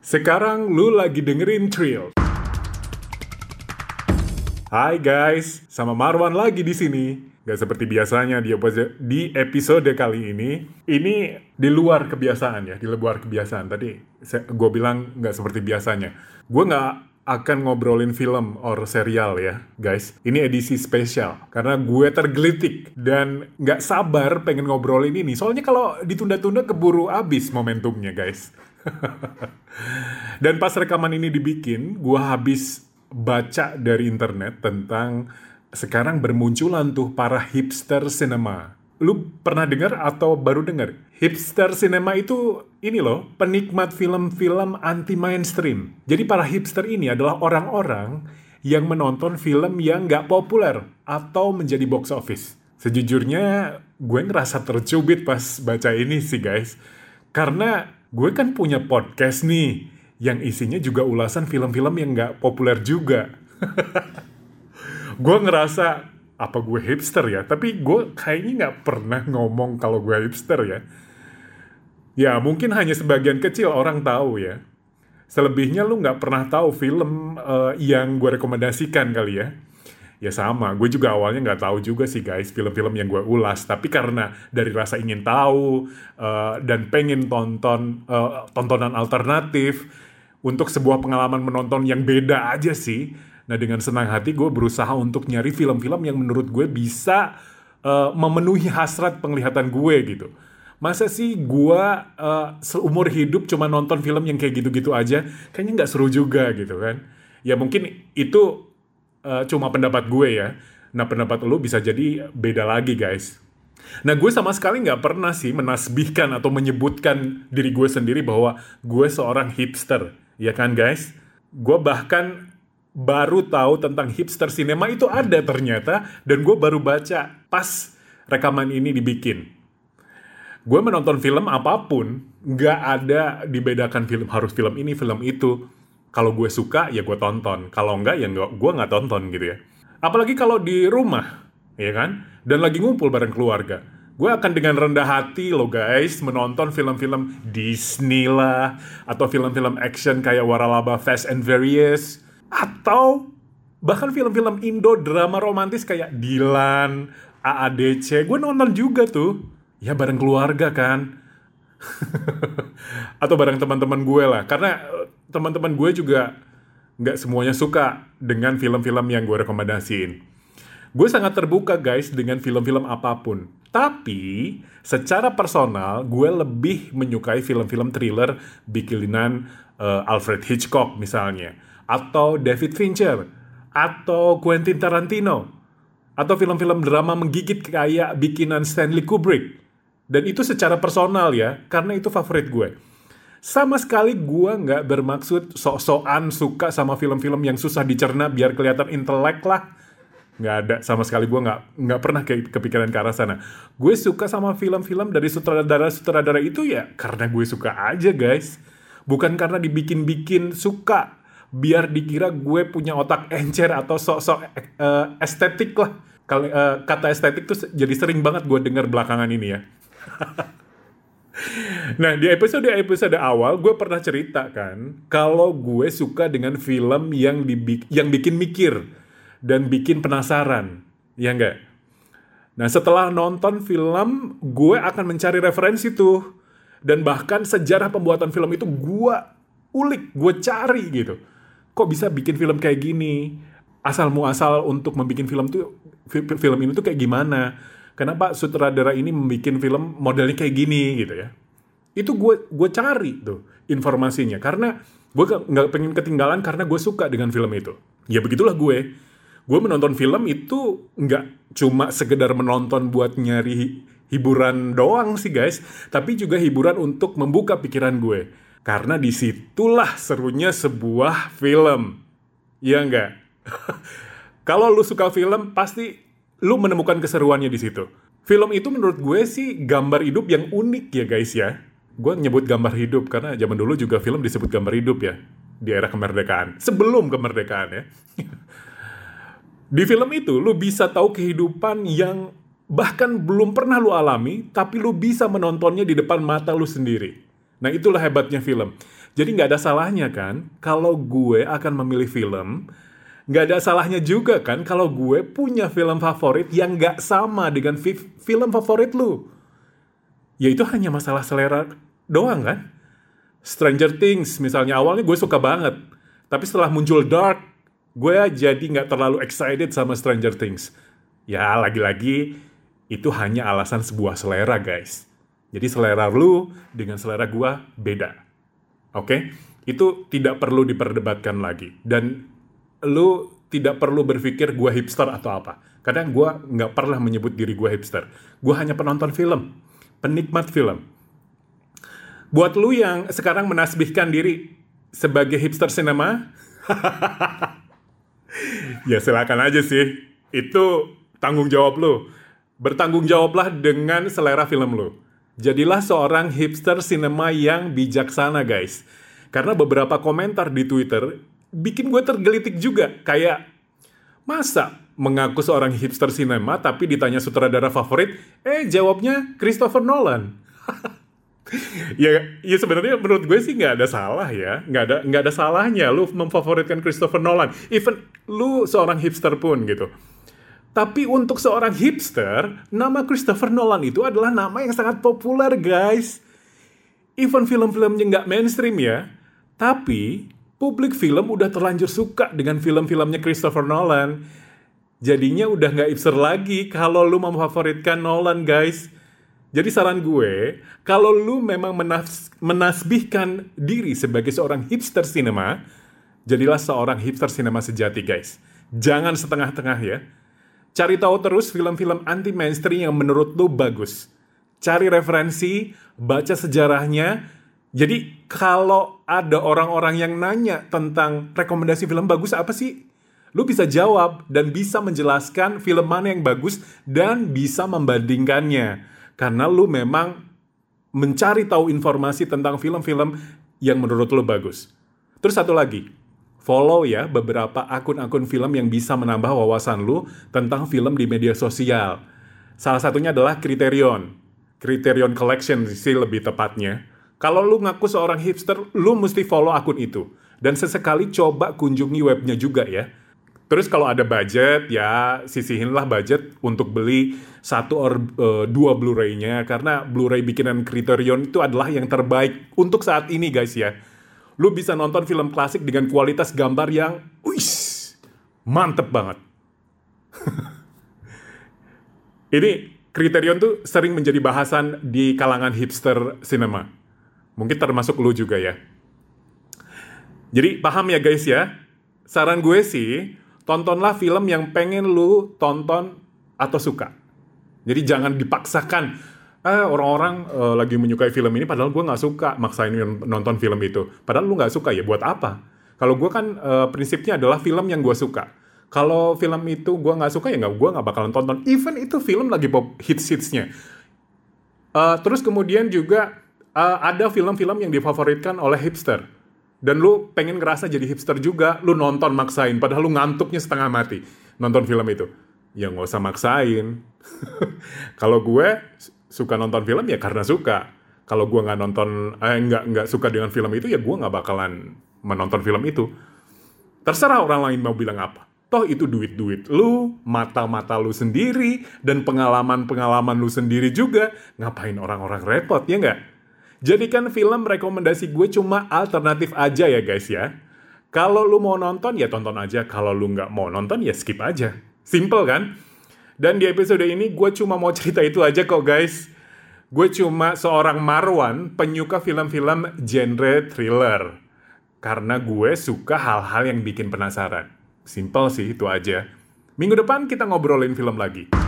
Sekarang lu lagi dengerin Trill. Hai guys, sama Marwan lagi di sini. Gak seperti biasanya di episode kali ini. Ini di luar kebiasaan ya, di luar kebiasaan. Tadi gue bilang gak seperti biasanya. Gue gak akan ngobrolin film or serial ya, guys. Ini edisi spesial karena gue tergelitik dan gak sabar pengen ngobrolin ini. Soalnya kalau ditunda-tunda keburu abis momentumnya, guys. Dan pas rekaman ini dibikin, gue habis baca dari internet tentang sekarang bermunculan tuh para hipster cinema. Lu pernah dengar atau baru dengar? Hipster cinema itu ini loh, penikmat film-film anti-mainstream. Jadi para hipster ini adalah orang-orang yang menonton film yang gak populer atau menjadi box office. Sejujurnya gue ngerasa tercubit pas baca ini sih guys. Karena gue kan punya podcast nih, yang isinya juga ulasan film-film yang gak populer juga. Gue ngerasa, apa gue hipster ya? Tapi gue kayaknya gak pernah ngomong kalau gue hipster ya. Ya mungkin hanya sebagian kecil orang tahu ya. Selebihnya lu gak pernah tahu film yang gue rekomendasikan kali ya. Ya sama, gue juga awalnya gak tahu juga sih guys film-film yang gue ulas. Tapi karena dari rasa ingin tahu dan pengen tontonan alternatif untuk sebuah pengalaman menonton yang beda aja sih. Nah dengan senang hati gue berusaha untuk nyari film-film yang menurut gue bisa memenuhi hasrat penglihatan gue gitu. Masa sih gue seumur hidup cuma nonton film yang kayak gitu-gitu aja, kayaknya gak seru juga gitu kan. Ya mungkin itu cuma pendapat gue ya. Nah pendapat lu bisa jadi beda lagi guys. Nah gue sama sekali gak pernah sih menasbihkan atau menyebutkan diri gue sendiri bahwa gue seorang hipster. Ya kan guys? Gue bahkan baru tahu tentang hipster cinema itu ada ternyata. Dan gue baru baca pas rekaman ini dibikin. Gue menonton film apapun gak ada dibedakan film harus film ini, film itu. Kalau gue suka, ya gue tonton. Kalau enggak, ya gue nggak tonton gitu ya. Apalagi kalau di rumah, ya kan? Dan lagi ngumpul bareng keluarga. Gue akan dengan rendah hati loh guys, menonton film-film Disney lah. Atau film-film action kayak waralaba Fast and Furious. Atau bahkan film-film Indo drama romantis kayak Dilan, AADC. Gue nonton juga tuh. Ya bareng keluarga kan. Atau bareng teman-teman gue lah. Karena teman-teman gue juga gak semuanya suka dengan film-film yang gue rekomendasiin. Gue sangat terbuka guys dengan film-film apapun. Tapi secara personal gue lebih menyukai film-film thriller bikinan Alfred Hitchcock misalnya. Atau David Fincher. Atau Quentin Tarantino. Atau film-film drama menggigit kayak bikinan Stanley Kubrick. Dan itu secara personal ya, karena itu favorit gue. Sama sekali gue gak bermaksud sok-sokan suka sama film-film yang susah dicerna biar kelihatan intelek lah. Gak ada, sama sekali gue gak pernah kepikiran ke arah sana. Gue suka sama film-film dari sutradara-sutradara itu ya karena gue suka aja guys. Bukan karena dibikin-bikin suka, biar dikira gue punya otak encer atau sok-sok estetik lah. Kata estetik tuh jadi sering banget gue dengar belakangan ini ya. Nah di episode awal gue pernah cerita kan kalau gue suka dengan film yang bikin mikir dan bikin penasaran, ya enggak? Nah setelah nonton film gue akan mencari referensi tuh, dan bahkan sejarah pembuatan film itu gue ulik, gue cari gitu. Kok bisa bikin film kayak gini? Asal muasal untuk membuat film ini tuh kayak gimana? Kenapa sutradara ini membuat film modelnya kayak gini gitu ya? Itu gue cari tuh informasinya karena gue nggak pengen ketinggalan karena gue suka dengan film itu. Ya begitulah gue menonton film itu nggak cuma sekedar menonton buat nyari hiburan doang sih guys, tapi juga hiburan untuk membuka pikiran gue. Karena disitulah serunya sebuah film, ya nggak? Kalau lu suka film pasti lu menemukan keseruannya di situ. Film itu menurut gue sih gambar hidup yang unik ya guys ya. Gue nyebut gambar hidup karena zaman dulu juga film disebut gambar hidup ya. Di era kemerdekaan. Sebelum kemerdekaan ya. Di film itu lu bisa tahu kehidupan yang bahkan belum pernah lu alami, tapi lu bisa menontonnya di depan mata lu sendiri. Nah itulah hebatnya film. Jadi nggak ada salahnya kan kalau gue akan memilih film. Nggak ada salahnya juga kan kalau gue punya film favorit yang nggak sama dengan film favorit lu. Ya itu hanya masalah selera doang kan. Stranger Things misalnya awalnya gue suka banget. Tapi setelah muncul Dark, gue jadi nggak terlalu excited sama Stranger Things. Ya lagi-lagi itu hanya alasan sebuah selera guys. Jadi selera lu dengan selera gue beda. Oke? Itu tidak perlu diperdebatkan lagi. Dan lu tidak perlu berpikir gue hipster atau apa. Karena gue nggak pernah menyebut diri gue hipster. Gue hanya penonton film. Penikmat film. Buat lu yang sekarang menasbihkan diri sebagai hipster cinema, ya silakan aja sih. Itu tanggung jawab lu. Bertanggung jawablah dengan selera film lu. Jadilah seorang hipster cinema yang bijaksana guys. Karena beberapa komentar di Twitter bikin gue tergelitik juga. Kayak, masa mengaku seorang hipster cinema tapi ditanya sutradara favorit, jawabnya Christopher Nolan. ya sebenarnya menurut gue sih nggak ada salah ya, nggak ada salahnya lu memfavoritkan Christopher Nolan, even lu seorang hipster pun gitu. Tapi untuk seorang hipster, nama Christopher Nolan itu adalah nama yang sangat populer guys. Even film-filmnya nggak mainstream ya, tapi publik film udah terlanjur suka dengan film-filmnya Christopher Nolan. Jadinya udah nggak hipster lagi kalau lu memfavoritkan Nolan guys. Jadi saran gue, kalau lu memang menasbihkan diri sebagai seorang hipster cinema, jadilah seorang hipster cinema sejati guys. Jangan setengah-tengah ya. Cari tahu terus film-film anti mainstream yang menurut lu bagus. Cari referensi, baca sejarahnya. Jadi kalau ada orang-orang yang nanya tentang rekomendasi film bagus apa sih? Lu bisa jawab dan bisa menjelaskan film mana yang bagus dan bisa membandingkannya. Karena lu memang mencari tahu informasi tentang film-film yang menurut lu bagus. Terus satu lagi, follow ya beberapa akun-akun film yang bisa menambah wawasan lu tentang film di media sosial. Salah satunya adalah Criterion Collection sih lebih tepatnya. Kalau lu ngaku seorang hipster, lu mesti follow akun itu. Dan sesekali coba kunjungi webnya juga ya. Terus kalau ada budget, ya sisihinlah budget untuk beli 1 or 2 Blu-ray-nya. Karena Blu-ray bikinan Criterion itu adalah yang terbaik untuk saat ini guys ya. Lu bisa nonton film klasik dengan kualitas gambar yang mantep banget. Ini Criterion tuh sering menjadi bahasan di kalangan hipster cinema. Mungkin termasuk lu juga ya. Jadi paham ya guys ya. Saran gue sih, tontonlah film yang pengen lu tonton atau suka. Jadi jangan dipaksakan, orang-orang lagi menyukai film ini padahal gue gak suka, maksain nonton film itu. Padahal lu gak suka, ya buat apa? Kalau gue kan prinsipnya adalah film yang gue suka. Kalau film itu gue gak suka, ya gue gak bakalan tonton. Even itu film lagi pop hits-hitsnya. Terus kemudian juga ada film-film yang difavoritkan oleh hipster. Dan lu pengen ngerasa jadi hipster juga, lu nonton maksain, padahal lu ngantuknya setengah mati nonton film itu. Ya nggak usah maksain. Kalau gue suka nonton film ya karena suka. Kalau gue nggak suka dengan film itu, ya gue nggak bakalan menonton film itu. Terserah orang lain mau bilang apa. Toh itu duit-duit lu, mata-mata lu sendiri, dan pengalaman-pengalaman lu sendiri juga. Ngapain orang-orang repot, ya nggak? Jadikan film rekomendasi gue cuma alternatif aja ya guys ya. Kalau lu mau nonton ya tonton aja. Kalau lu nggak mau nonton ya skip aja. Simple kan? Dan di episode ini gue cuma mau cerita itu aja kok guys. Gue cuma seorang Marwan penyuka film-film genre thriller. Karena gue suka hal-hal yang bikin penasaran. Simple sih itu aja. Minggu depan kita ngobrolin film lagi.